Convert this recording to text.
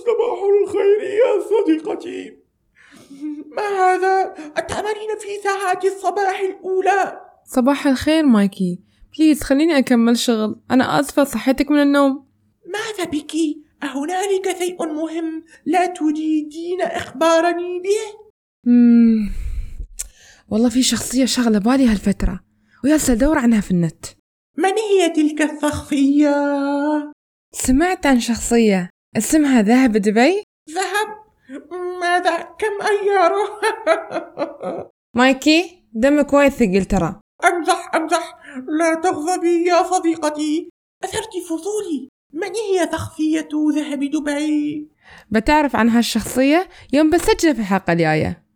صباح الخير يا صديقتي. ما هذا؟ أتعملين في ساعات الصباح الأولى؟ صباح الخير مايكي، بليز خليني أكمل شغل، أنا آسفة صحتك من النوم. ماذا بك؟ أهنالك شيء مهم لا تريدين إخبارني به؟ والله في شخصية شغلة بالي هالفترة وياسا أدور عنها في النت. من هي تلك الشخصية؟ سمعت عن شخصية اسمها ذهب دبي. ذهب؟ ماذا؟ كم أياره؟ مايكي دمك وايد ثقيل ترى. أمزح، لا تغضبي يا صديقتي، أثرت فضولي. من هي شخصية ذهب دبي؟ بتعرف عن هالشخصية يوم بسجل في الحلقة الجاية.